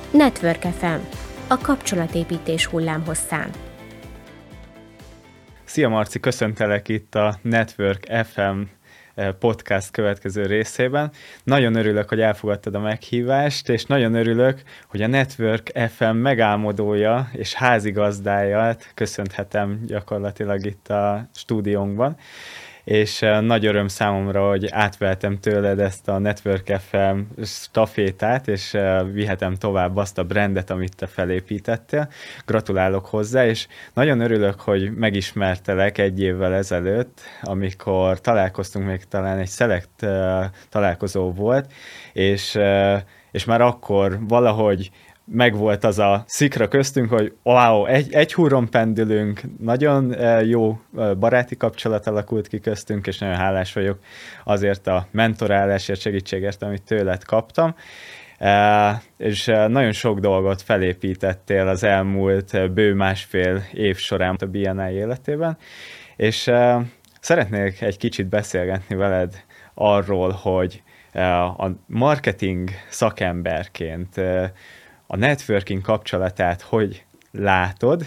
Network FM, a kapcsolatépítés hullámhosszán. Szia Marci, köszöntelek itt a Network FM podcast következő részében. Nagyon örülök, hogy elfogadtad a meghívást, és nagyon örülök, hogy a Network FM megálmodója és házigazdáját köszönhetem gyakorlatilag itt a stúdiónkban. És nagy öröm számomra, hogy átvehetem tőled ezt a Network FM stafétát, és vihetem tovább azt a brandet, amit te felépítettél. Gratulálok hozzá, és nagyon örülök, hogy megismertelek egy évvel ezelőtt, amikor találkoztunk, még talán egy Select találkozó volt, és már akkor valahogy megvolt az a szikra köztünk, hogy wow, egy húron pendülünk, nagyon jó baráti kapcsolat alakult ki köztünk, és nagyon hálás vagyok azért a mentorálásért, segítségért, amit tőled kaptam. És nagyon sok dolgot felépítettél az elmúlt bő másfél év során a BNI életében, és szeretnék egy kicsit beszélgetni veled arról, hogy a marketing szakemberként a networking kapcsolatát hogy látod,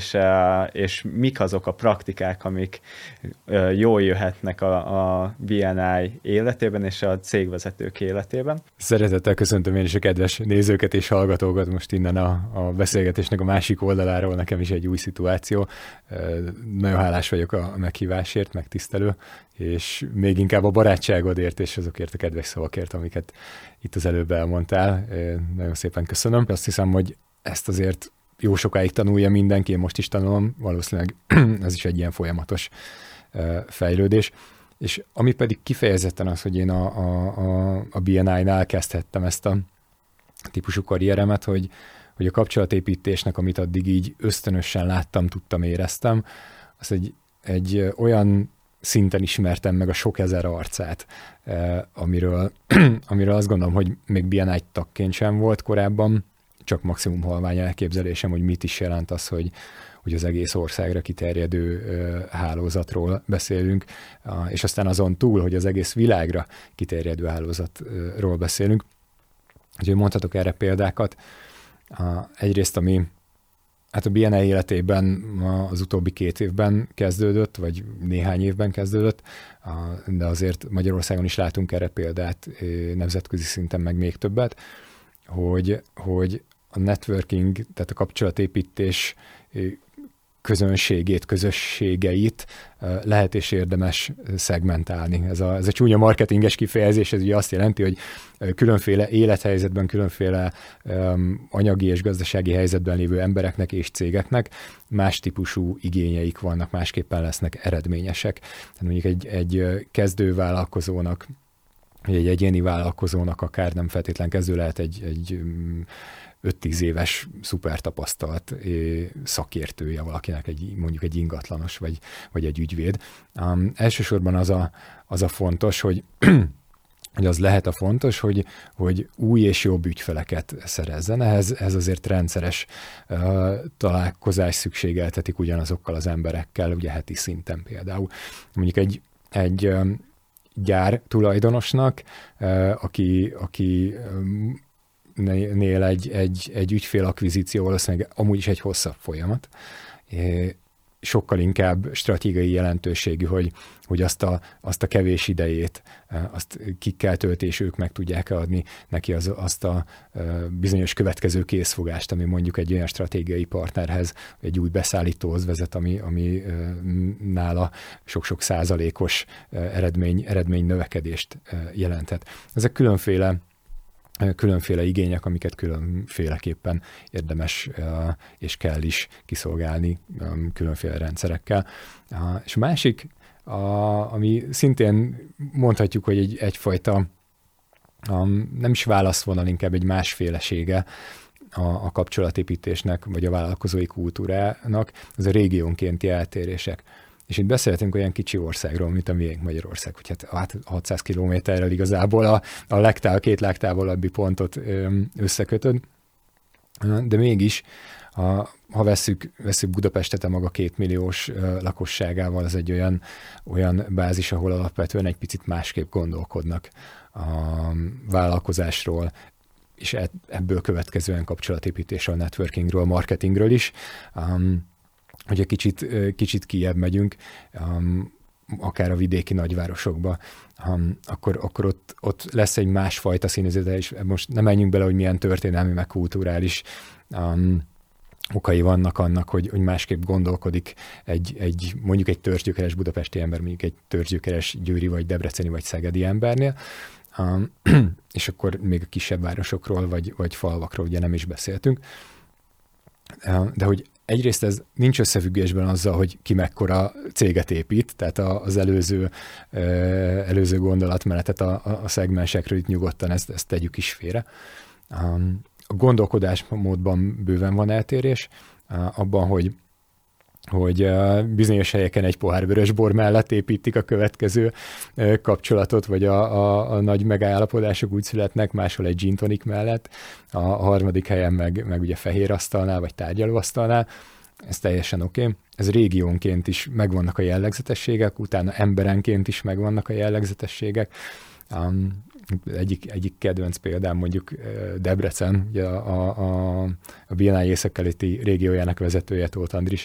és mik azok a praktikák, amik jól jöhetnek a BNI életében és a cégvezetők életében. Szeretettel köszöntöm én is a kedves nézőket és hallgatókat most innen a beszélgetésnek a másik oldaláról, nekem is egy új szituáció. Nagyon hálás vagyok a meghívásért, megtisztelő, és még inkább a barátságodért és azokért a kedves szavakért, amiket itt az előbb elmondtál. Nagyon szépen köszönöm. Azt hiszem, hogy ezt azért jó sokáig tanulja mindenki, én most is tanulom, valószínűleg ez is egy ilyen folyamatos fejlődés. És ami pedig kifejezetten az, hogy én a BNI-nál kezdhettem ezt a típusú karrieremet, hogy a kapcsolatépítésnek, amit addig így ösztönösen láttam, tudtam, éreztem, az egy olyan szinten ismertem meg a sok ezer arcát, amiről azt gondolom, hogy még BNI tagként sem volt korábban, csak maximum halvány elképzelésem, hogy mit is jelent az, hogy az egész országra kiterjedő hálózatról beszélünk, és aztán azon túl, hogy az egész világra kiterjedő hálózatról beszélünk. Úgyhogy mondhatok erre példákat. Egyrészt, ami hát a BNI életében az utóbbi 2 évben kezdődött, vagy néhány évben kezdődött, de azért Magyarországon is látunk erre példát, nemzetközi szinten meg még többet, hogy a networking, tehát a kapcsolatépítés közönségét, közösségeit lehet és érdemes szegmentálni. Ez a csúnya marketinges kifejezés, ez ugye azt jelenti, hogy különféle élethelyzetben, különféle anyagi és gazdasági helyzetben lévő embereknek és cégeknek más típusú igényeik vannak, másképpen lesznek eredményesek. Tehát mondjuk egy kezdő vállalkozónak, egy egyéni vállalkozónak akár nem feltétlen kezdő lehet egy 5-10 éves szuper tapasztalt szakértője valakinek, mondjuk egy ingatlanos, vagy egy ügyvéd. Elsősorban az a fontos, hogy az lehet a fontos, hogy új és jobb ügyfeleket szerezzen. Ehhez azért rendszeres találkozás szükségeltetik ugyanazokkal az emberekkel, ugye heti szinten például. Mondjuk egy gyár tulajdonosnak, aki nél egy ügyfélakvizíció valószínűleg amúgy is egy hosszabb folyamat. Sokkal inkább stratégiai jelentőségű, hogy azt a kevés idejét, azt kikkel tölti, és ők meg tudják adni neki azt a bizonyos következő készfogást, ami mondjuk egy olyan stratégiai partnerhez, egy új beszállítóhoz vezet, ami nála sok-sok százalékos eredmény növekedést jelenthet. Ezek különféle igények, amiket különféleképpen érdemes és kell is kiszolgálni különféle rendszerekkel. És a másik, ami szintén mondhatjuk, hogy egyfajta nem is válaszvonal, inkább egy másfélesége a kapcsolatépítésnek, vagy a vállalkozói kultúrának, az a régiónkénti eltérések. És itt beszélhetünk olyan kicsi országról, mint a miénk Magyarország, hogy hát 600 kilométerrel igazából a két legtávolabbi pontot összekötöd, de mégis, ha vesszük Budapestet a maga 2 milliós lakosságával, az egy olyan bázis, ahol alapvetően egy picit másképp gondolkodnak a vállalkozásról, és ebből következően kapcsolatépítésről, networkingről, marketingről is. Hogyha kicsit kijebb megyünk, akár a vidéki nagyvárosokba, akkor ott lesz egy másfajta színezete, és most nem menjünk bele, hogy milyen történelmi, meg kulturális okai vannak annak, hogy másképp gondolkodik mondjuk egy törzsgyökeres budapesti ember, mondjuk egy törzsgyökeres győri, vagy debreceni, vagy szegedi embernél, és akkor még a kisebb városokról, vagy falvakról ugye nem is beszéltünk. De hogy egyrészt ez nincs összefüggésben azzal, hogy ki mekkora céget épít, tehát az előző gondolatmenetet a szegmensekről itt nyugodtan ezt tegyük is félre. A gondolkodásmódban bőven van eltérés, abban, hogy bizonyos helyeken egy pohár vörösbor mellett építik a következő kapcsolatot, vagy a nagy megállapodások úgy születnek, máshol egy gin tonic mellett, a harmadik helyen meg ugye fehér asztalnál, vagy tárgyalóasztalnál. Ez teljesen oké. Ez régiónként is megvannak a jellegzetességek, utána emberenként is megvannak a jellegzetességek. Egyik kedvenc példám mondjuk Debrecen, ugye a BNI északkeleti régiójának vezetője, Tóth Andris,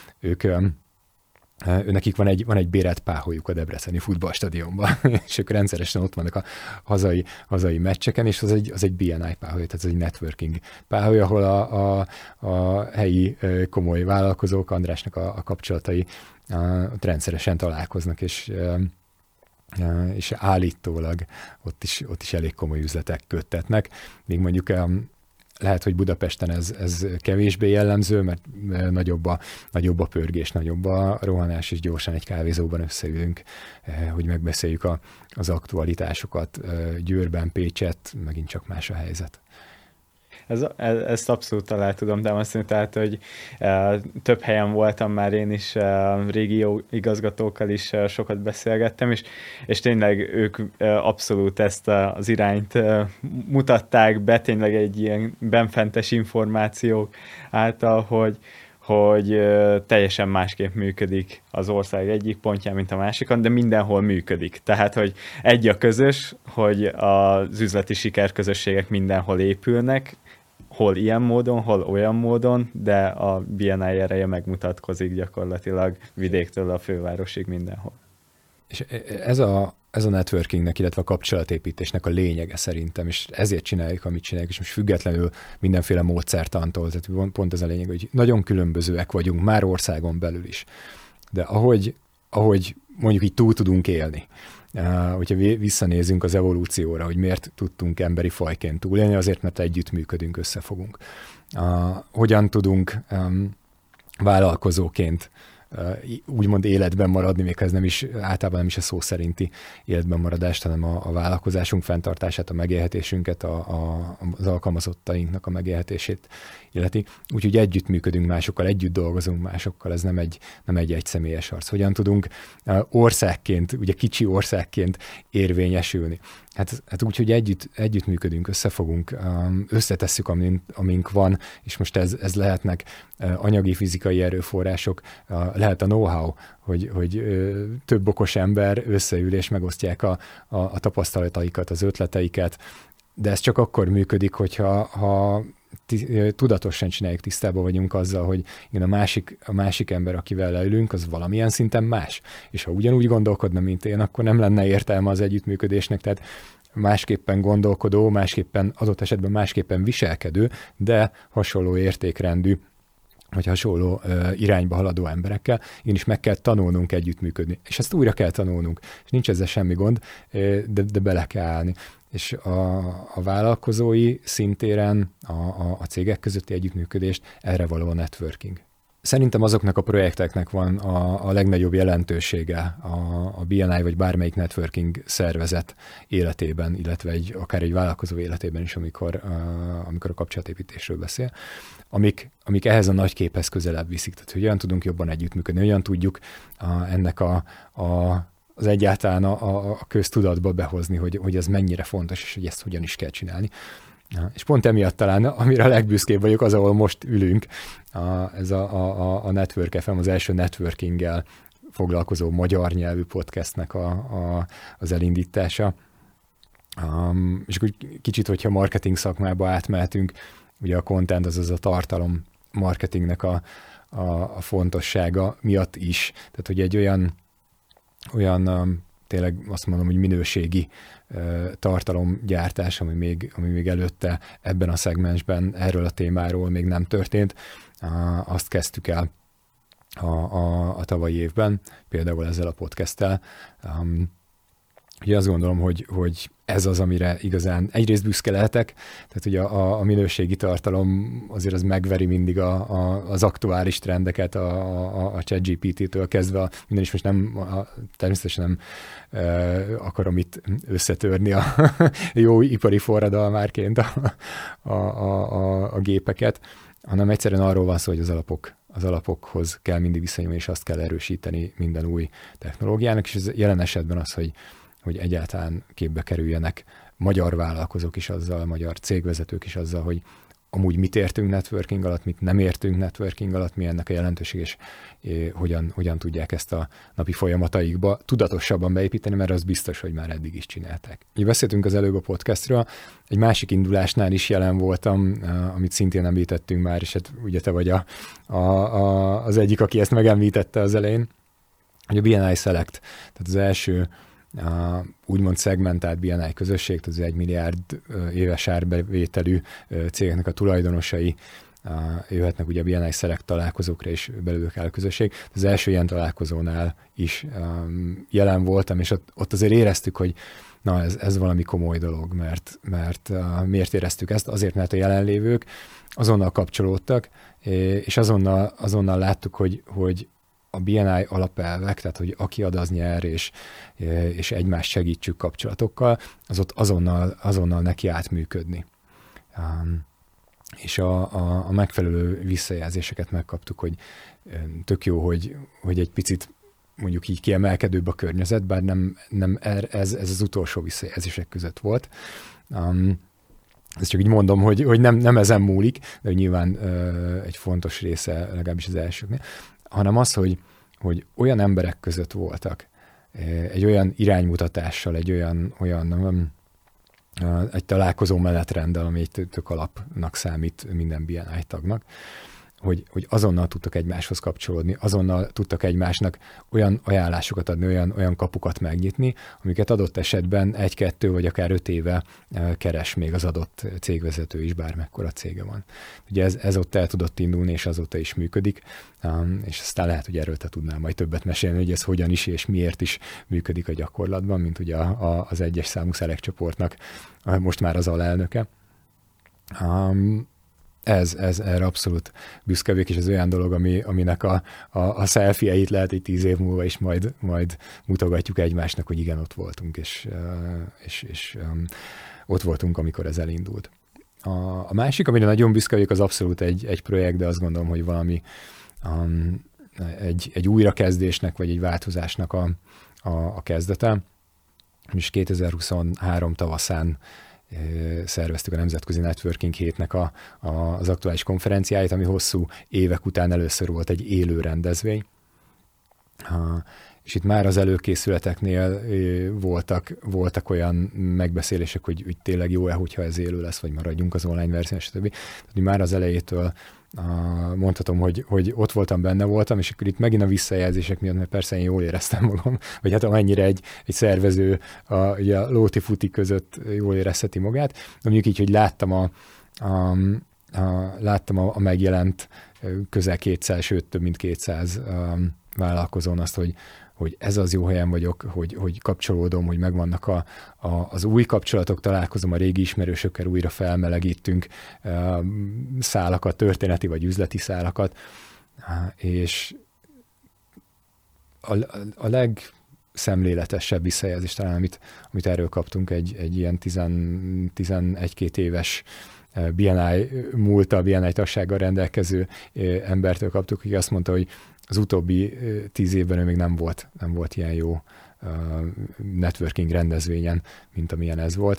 nekik van egy bérelt páholyuk a debreceni futballstadionban, és ők rendszeresen ott vannak a hazai meccseken, és az egy BNI páholy, tehát ez egy networking páholy, ahol a helyi komoly vállalkozók, Andrásnak a kapcsolatai rendszeresen találkoznak, és állítólag ott is elég komoly üzletek köttetnek. Még mondjuk lehet, hogy Budapesten ez kevésbé jellemző, mert nagyobb a pörgés, nagyobb a rohanás, és gyorsan egy kávézóban összeülünk, hogy megbeszéljük az aktualitásokat. Győrben, Pécset, megint csak más a helyzet. Ezt abszolút alá tudom támasztani, tehát, hogy több helyen voltam már én is, régió igazgatókkal is sokat beszélgettem, és tényleg ők abszolút ezt az irányt mutatták be, tényleg egy ilyen benfentes információk által, hogy teljesen másképp működik az ország egyik pontján, mint a másikon, de mindenhol működik. Tehát, hogy egy a közös, hogy az üzleti sikerközösségek mindenhol épülnek, hol ilyen módon, hol olyan módon, de a BNI ereje megmutatkozik gyakorlatilag vidéktől a fővárosig mindenhol. És ez a networkingnek, illetve a kapcsolatépítésnek a lényege szerintem, és ezért csináljuk, amit csináljuk, és most függetlenül mindenféle módszertantól, tehát pont ez a lényeg, hogy nagyon különbözőek vagyunk már országon belül is. De ahogy mondjuk így túl tudunk élni, hogyha visszanézünk az evolúcióra, hogy miért tudtunk emberi fajként túlélni, azért, mert együttműködünk, összefogunk. Hogyan tudunk vállalkozóként úgymond életben maradni, még ez általában nem is a szó szerinti életben maradást, hanem a vállalkozásunk fenntartását, a megélhetésünket, az alkalmazottainknak a megélhetését illeti. Úgyhogy együttműködünk másokkal, együtt dolgozunk másokkal, ez nem egy egyszemélyes harc. Hogyan tudunk országként, ugye kicsi országként érvényesülni? Hát úgy, hogy együttműködünk, összefogunk, összetesszük, amink van, és most ez lehetnek anyagi, fizikai erőforrások, lehet a know-how, hogy több okos ember összeül és megosztják a tapasztalataikat, az ötleteiket, de ez csak akkor működik, hogyha tudatosan csináljuk, tisztában vagyunk azzal, hogy igen, a másik ember, akivel leülünk, az valamilyen szinten más. És ha ugyanúgy gondolkodna, mint én, akkor nem lenne értelme az együttműködésnek, tehát másképpen gondolkodó, adott esetben másképpen viselkedő, de hasonló értékrendű, vagy hasonló irányba haladó emberekkel, is meg kell tanulnunk együttműködni. És ezt újra kell tanulnunk. És nincs ezzel semmi gond, de bele kell állni. És a vállalkozói szintéren a cégek közötti együttműködést erre való a networking. Szerintem azoknak a projekteknek van a legnagyobb jelentősége a BNI vagy bármelyik networking szervezet életében, illetve akár egy vállalkozó életében is, amikor a kapcsolatépítésről beszél, amik ehhez a nagy képhez közelebb viszik. Tehát, hogy olyan tudunk jobban együttműködni, olyan tudjuk ennek az egyáltalán a köztudatba behozni, hogy ez mennyire fontos, és hogy ezt hogyan is kell csinálni. És pont emiatt talán, amire a legbüszkébb vagyok, az, ahol most ülünk, ez a Network FM, az első networkinggel foglalkozó magyar nyelvű podcastnek az elindítása. És akkor kicsit, hogyha marketing szakmába átmehetünk, ugye a content, azaz a tartalom marketingnek a fontossága miatt is. Tehát, hogy egy olyan tényleg azt mondom, hogy minőségi tartalomgyártás, ami még előtte ebben a szegmensben erről a témáról még nem történt, azt kezdtük el a tavalyi évben, például ezzel a podcasttel. Ugye azt gondolom, hogy ez az, amire igazán egyrészt büszke lehetek, tehát ugye a minőségi tartalom azért az megveri mindig az aktuális trendeket, a ChatGPT-től kezdve, minden is most természetesen nem akarom itt összetörni a jó ipari forradalmárként a gépeket, hanem egyszerűen arról van szó, hogy az alapokhoz kell mindig visszanyúlni, és azt kell erősíteni minden új technológiának, és ez jelen esetben az, hogy egyáltalán képbe kerüljenek magyar vállalkozók is azzal, magyar cégvezetők is azzal, hogy amúgy mit értünk networking alatt, mit nem értünk networking alatt, mi ennek a jelentőség, és hogyan tudják ezt a napi folyamataikba tudatosabban beépíteni, mert az biztos, hogy már eddig is csinálták. Így beszéltünk az előbb a podcastről, egy másik indulásnál is jelen voltam, amit szintén említettünk már, és hát ugye te vagy az egyik, aki ezt megemlítette az elején, hogy a BNI Select, tehát az első úgymond szegmentált BNI közösség, tehát az 1 milliárd éves árbevételű cégeknek a tulajdonosai jöhetnek ugye a BNI Select találkozókra, és belőlük áll a közösség. Az első ilyen találkozónál is jelen voltam, és ott azért éreztük, hogy na ez valami komoly dolog, mert miért éreztük ezt? Azért, mert a jelenlévők azonnal kapcsolódtak, és azonnal láttuk, hogy a BNI alapelvek, tehát hogy aki ad, az nyer, és egymást segítsük kapcsolatokkal, az ott azonnal neki átműködni. És a megfelelő visszajelzéseket megkaptuk, hogy tök jó, hogy egy picit mondjuk így kiemelkedőbb a környezet, bár nem ez az utolsó visszajelzések között volt. Ezt csak így mondom, hogy nem ezen múlik, de nyilván egy fontos része legalábbis az elsőknél, hanem az, hogy olyan emberek között voltak, egy olyan iránymutatással, egy találkozó menetrenddel, ami egy tök alapnak számít minden BNI tagnak, hogy azonnal tudtak egymáshoz kapcsolódni, azonnal tudtak egymásnak olyan ajánlásokat adni, olyan kapukat megnyitni, amiket adott esetben 1-2 vagy akár 5 éve keres még az adott cégvezető is, bármekkora cége van. Ugye ez ott el tudott indulni, és azóta is működik, és aztán lehet, hogy erről te tudnál majd többet mesélni, hogy ez hogyan is és miért is működik a gyakorlatban, mint ugye az 1-es számú Select csoportnak most már az alelnöke. Ez erre abszolút büszke vagyok, és ez olyan dolog, aminek a selfie-eit lehet egy 10 év múlva is majd mutogatjuk egymásnak, hogy igen, ott voltunk, és ott voltunk, amikor ez elindult. A másik, amire nagyon büszke vagyok, az abszolút egy projekt, de azt gondolom, hogy valami egy újrakezdésnek, vagy egy változásnak a kezdete. És 2023 tavaszán szerveztük a Nemzetközi Networking hétnek az aktuális konferenciáját, ami hosszú évek után először volt egy élő rendezvény. És itt már az előkészületeknél voltak olyan megbeszélések, hogy tényleg jó-e, hogyha ez élő lesz, vagy maradjunk az online verzión, stb. Tehát már az elejétől mondhatom, hogy ott benne voltam, és akkor itt megint a visszajelzések miatt, mert persze én jól éreztem magam, vagy hát amennyire egy szervező ugye a lóti-futi között jól érezheti magát, de mondjuk így, hogy láttam a megjelent közel 200, sőt több mint 200 vállalkozón azt, hogy ez az jó helyen vagyok, hogy kapcsolódom, hogy megvannak az új kapcsolatok, találkozom a régi ismerősökkel, újra felmelegítünk szálakat, történeti vagy üzleti szálakat, és a legszemléletesebb visszajelzés talán, amit erről kaptunk, egy ilyen 11-2 éves BNI múlta, BNI tagsággal rendelkező embertől kaptuk, aki azt mondta, hogy az utóbbi 10 évben ő még nem volt ilyen jó networking rendezvényen, mint amilyen ez volt.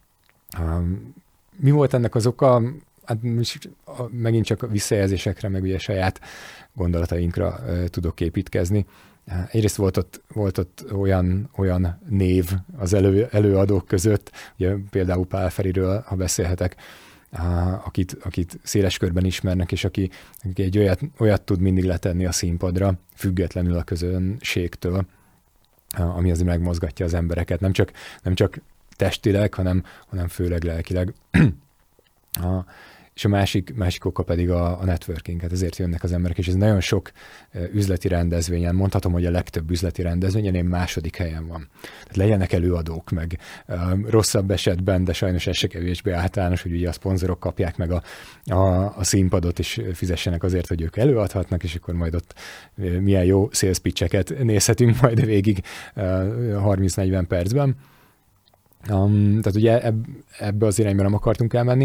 Mi volt ennek az oka? Hát megint csak a visszajelzésekre, meg ugye saját gondolatainkra tudok építkezni. Egyrészt volt ott olyan név az előadók között, ugye például Pál Feriről, ha beszélhetek, akit széles körben ismernek, és aki egy olyat tud mindig letenni a színpadra, függetlenül a közönségtől, ami azért megmozgatja az embereket, nem csak testileg, hanem főleg lelkileg. És a másik oka pedig a networking, hát ezért jönnek az emberek, és ez nagyon sok üzleti rendezvényen, mondhatom, hogy a legtöbb üzleti rendezvényen én második helyen van. Tehát legyenek előadók, meg rosszabb esetben, de sajnos ez se kevésbé általános, hogy ugye a szponzorok kapják meg a színpadot, és fizessenek azért, hogy ők előadhatnak, és akkor majd ott milyen jó sales pitcheket nézhetünk majd végig 30-40 percben. Tehát ugye ebbe az irányba nem akartunk elmenni,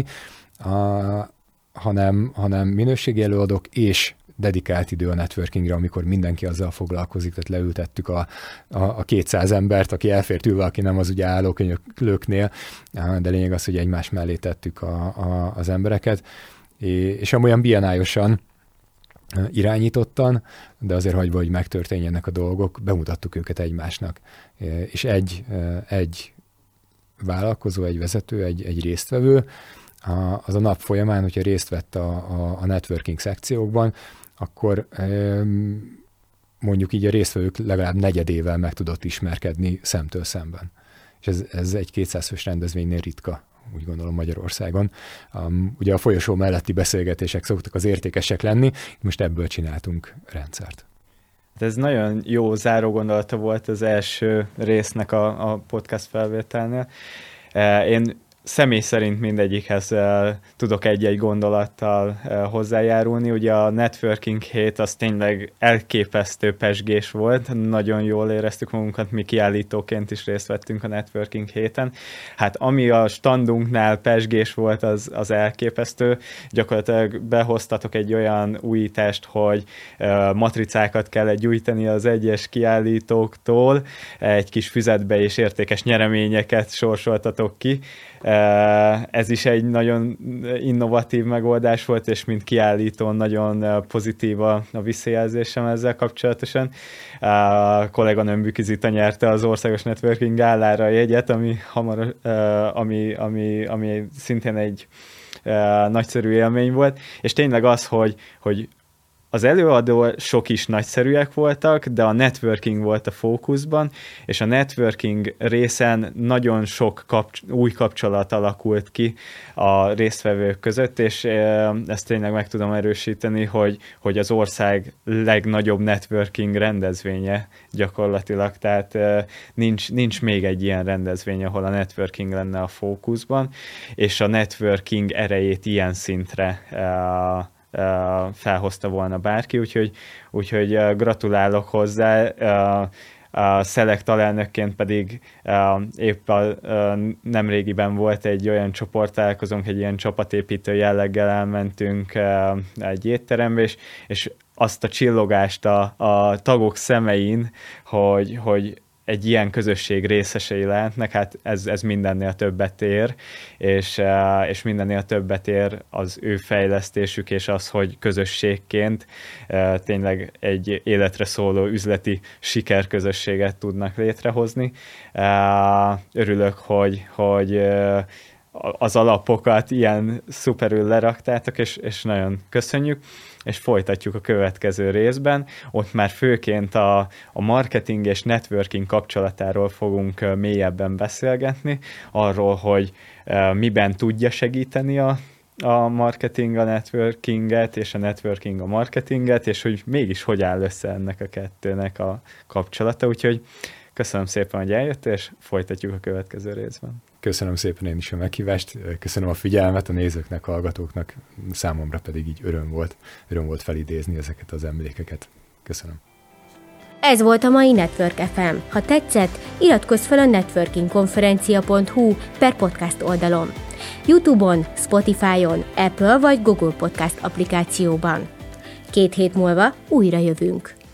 hanem minőségi előadók és dedikált idő a networkingre, amikor mindenki azzal foglalkozik, tehát leültettük a 200 embert, aki elfért ülve, aki nem az ugye állókönyvlőknél, de lényeg az, hogy egymás mellé tettük az embereket, és amolyan BNI-osan irányítottan, de azért hagyva, hogy megtörténjenek a dolgok, bemutattuk őket egymásnak. És egy vállalkozó, egy vezető, egy résztvevő, az a nap folyamán, hogyha részt vett a networking szekciókban, akkor mondjuk így a résztvevők legalább negyedével meg tudott ismerkedni szemtől szemben. És ez egy 200 fős rendezvénynél ritka, úgy gondolom Magyarországon. Ugye a folyosó melletti beszélgetések szoktak az értékesek lenni, most ebből csináltunk rendszert. Ez nagyon jó zárógondolata volt az első résznek a podcast felvételnél. Én személy szerint mindegyikhez tudok egy-egy gondolattal hozzájárulni. Ugye a networking hét az tényleg elképesztő pezsgés volt, nagyon jól éreztük magunkat, mi kiállítóként is részt vettünk a networking héten. Hát ami a standunknál pezsgés volt, az elképesztő. Gyakorlatilag behoztatok egy olyan újítást, hogy matricákat kellett gyújtani az egyes kiállítóktól, egy kis füzetbe és értékes nyereményeket sorsoltatok ki. Ez is egy nagyon innovatív megoldás volt, és mint kiállítón nagyon pozitív a visszajelzésem ezzel kapcsolatosan. A kolléganőm Büki Zita nyerte az Országos Networking Gálára a jegyet, ami szintén egy nagyszerű élmény volt, és tényleg az, hogy az előadó sok is nagyszerűek voltak, de a networking volt a fókuszban, és a networking részen nagyon sok új kapcsolat alakult ki a résztvevők között, és ezt tényleg meg tudom erősíteni, hogy az ország legnagyobb networking rendezvénye gyakorlatilag, tehát nincs még egy ilyen rendezvény, ahol a networking lenne a fókuszban, és a networking erejét ilyen szintre felhozta volna bárki, úgyhogy gratulálok hozzá. A Select alelnökként pedig épp nemrégiben volt egy olyan csoporttalálkozónk, egy ilyen csapatépítő jelleggel elmentünk egy étterembe, és azt a csillogást a tagok szemein, hogy egy ilyen közösség részesei lehetnek, hát ez mindennél többet ér, és mindennél többet ér az ő fejlesztésük, és az, hogy közösségként tényleg egy életre szóló üzleti sikerközösséget tudnak létrehozni. Örülök, hogy az alapokat ilyen szuperül leraktátok, és nagyon köszönjük, és folytatjuk a következő részben. Ott már főként a marketing és networking kapcsolatáról fogunk mélyebben beszélgetni, arról, hogy miben tudja segíteni a marketing a networkinget, és a networking a marketinget, és hogy mégis hogy áll össze ennek a kettőnek a kapcsolata. Úgyhogy köszönöm szépen, hogy eljöttél, és folytatjuk a következő részben. Köszönöm szépen én is a meghívást, köszönöm a figyelmet a nézőknek, hallgatóknak, számomra pedig így öröm volt felidézni ezeket az emlékeket. Köszönöm. Ez volt a mai Network FM. Ha tetszett, iratkozz fel a networkingkonferencia.hu/podcast oldalon. YouTube-on, Spotify-on, Apple vagy Google Podcast applikációban. 2 hét múlva újra jövünk.